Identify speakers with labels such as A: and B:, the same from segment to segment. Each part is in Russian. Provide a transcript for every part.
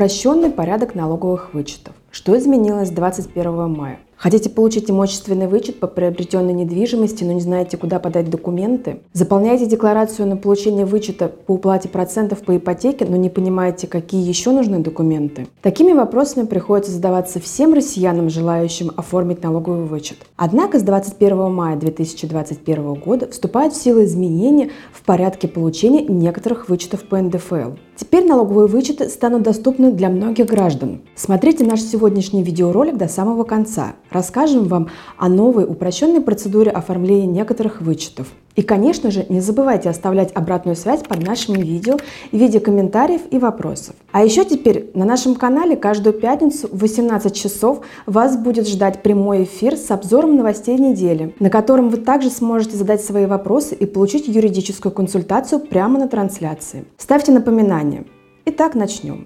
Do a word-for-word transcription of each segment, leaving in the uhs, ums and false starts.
A: Упрощенный порядок налоговых вычетов. Что изменилось с двадцать первого мая? Хотите получить имущественный вычет по приобретенной недвижимости, но не знаете, куда подать документы? Заполняете декларацию на получение вычета по уплате процентов по ипотеке, но не понимаете, какие еще нужны документы? Такими вопросами приходится задаваться всем россиянам, желающим оформить налоговый вычет. Однако с двадцать первого мая две тысячи двадцать первого года вступают в силу изменения в порядке получения некоторых вычетов по эн дэ эф эл. Теперь налоговые вычеты станут доступны для многих граждан. Смотрите наш сегодняшний видеоролик до самого конца. Расскажем вам о новой упрощенной процедуре оформления некоторых вычетов. И, конечно же, не забывайте оставлять обратную связь под нашими видео в виде комментариев и вопросов. А еще теперь на нашем канале каждую пятницу в восемнадцать часов вас будет ждать прямой эфир с обзором новостей недели, на котором вы также сможете задать свои вопросы и получить юридическую консультацию прямо на трансляции. Ставьте напоминания. Итак, начнем.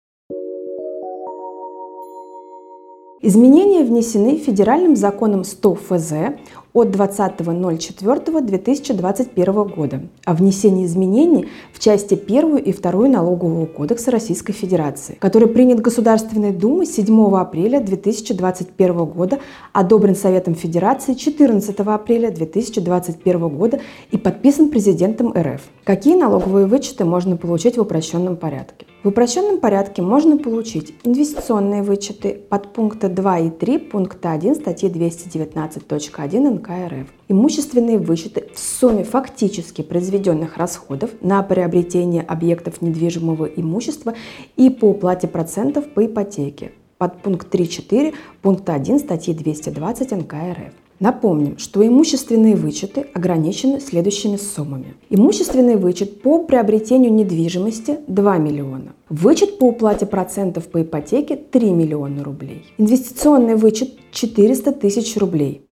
A: Изменения внесены федеральным законом сто эф зэ от двадцатого ноль четвёртого две тысячи двадцать первого года о внесении изменений в части первую и вторую Налогового кодекса Российской Федерации, который принят Государственной Думой седьмого апреля две тысячи двадцать первого года, одобрен Советом Федерации четырнадцатого апреля две тысячи двадцать первого года и подписан Президентом эр эф. Какие налоговые вычеты можно получить в упрощенном порядке? В упрощенном порядке можно получить инвестиционные вычеты подпункта два и три пункта один статьи двести девятнадцать точка один эн ка эр эф, имущественные вычеты в сумме фактически произведенных расходов на приобретение объектов недвижимого имущества и по уплате процентов по ипотеке, подпункт три точка четыре пункта один статьи двести двадцать эн ка эр эф. Напомним, что имущественные вычеты ограничены следующими суммами. Имущественный вычет по приобретению недвижимости – два миллиона. Вычет по уплате процентов по ипотеке – три миллиона рублей. Инвестиционный вычет – четыреста тысяч рублей.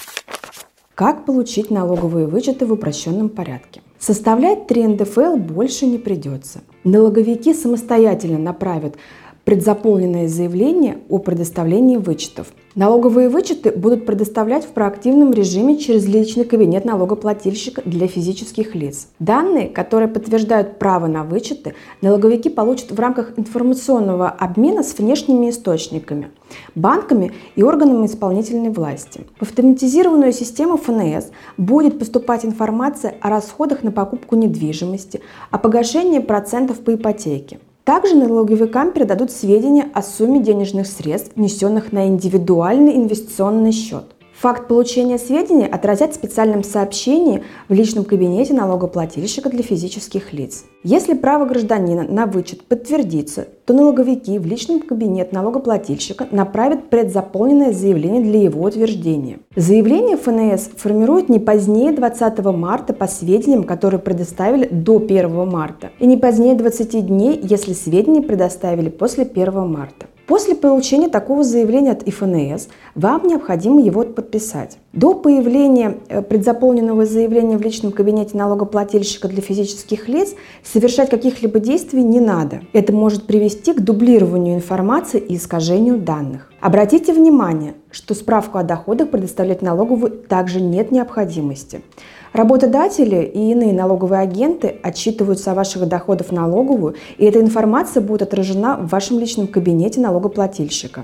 A: Как получить налоговые вычеты в упрощенном порядке? Составлять три эн дэ эф эл больше не придется. Налоговики самостоятельно направят предзаполненное заявление о предоставлении вычетов. Налоговые вычеты будут предоставлять в проактивном режиме через личный кабинет налогоплательщика для физических лиц. Данные, которые подтверждают право на вычеты, налоговики получат в рамках информационного обмена с внешними источниками, банками и органами исполнительной власти. В автоматизированную систему эф эн эс будет поступать информация о расходах на покупку недвижимости, о погашении процентов по ипотеке. Также налоговикам передадут сведения о сумме денежных средств, внесенных на индивидуальный инвестиционный счет. Факт получения сведений отразят в специальном сообщении в личном кабинете налогоплательщика для физических лиц. Если право гражданина на вычет подтвердится, то налоговики в личном кабинете налогоплательщика направят предзаполненное заявление для его утверждения. Заявление эф эн эс формирует не позднее двадцатого марта по сведениям, которые предоставили до первого марта, и не позднее двадцати дней, если сведения предоставили после первого марта. После получения такого заявления от эф эн эс вам необходимо его подписать. До появления предзаполненного заявления в личном кабинете налогоплательщика для физических лиц совершать каких-либо действий не надо. Это может привести к дублированию информации и искажению данных. Обратите внимание, что справку о доходах предоставлять налоговую также нет необходимости. Работодатели и иные налоговые агенты отчитываются о ваших доходах в налоговую, и эта информация будет отражена в вашем личном кабинете налогоплательщика.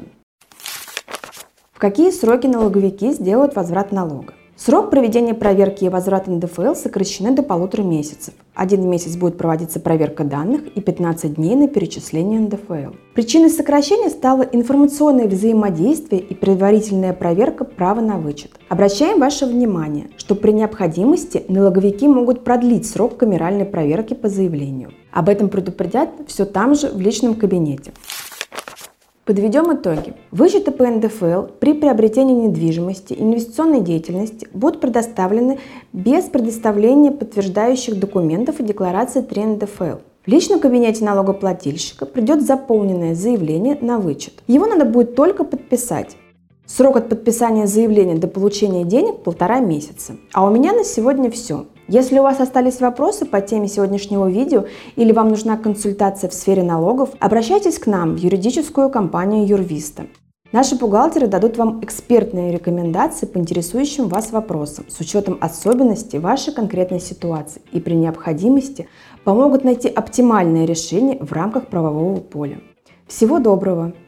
A: В какие сроки налоговики сделают возврат налога? Срок проведения проверки и возврата эн дэ эф эл сокращены до полутора месяцев. Один месяц будет проводиться проверка данных и пятнадцать дней на перечисление эн дэ эф эл. Причиной сокращения стало информационное взаимодействие и предварительная проверка права на вычет. Обращаем ваше внимание, что при необходимости налоговики могут продлить срок камеральной проверки по заявлению. Об этом предупредят все там же в личном кабинете. Подведем итоги. Вычеты по эн дэ эф эл при приобретении недвижимости и инвестиционной деятельности будут предоставлены без предоставления подтверждающих документов и декларации три эн дэ эф эл. В личном кабинете налогоплательщика придет заполненное заявление на вычет. Его надо будет только подписать. Срок от подписания заявления до получения денег – полтора месяца. А у меня на сегодня все. Если у вас остались вопросы по теме сегодняшнего видео или вам нужна консультация в сфере налогов, обращайтесь к нам в юридическую компанию Юрвиста. Наши бухгалтеры дадут вам экспертные рекомендации по интересующим вас вопросам с учетом особенностей вашей конкретной ситуации и при необходимости помогут найти оптимальное решение в рамках правового поля. Всего доброго!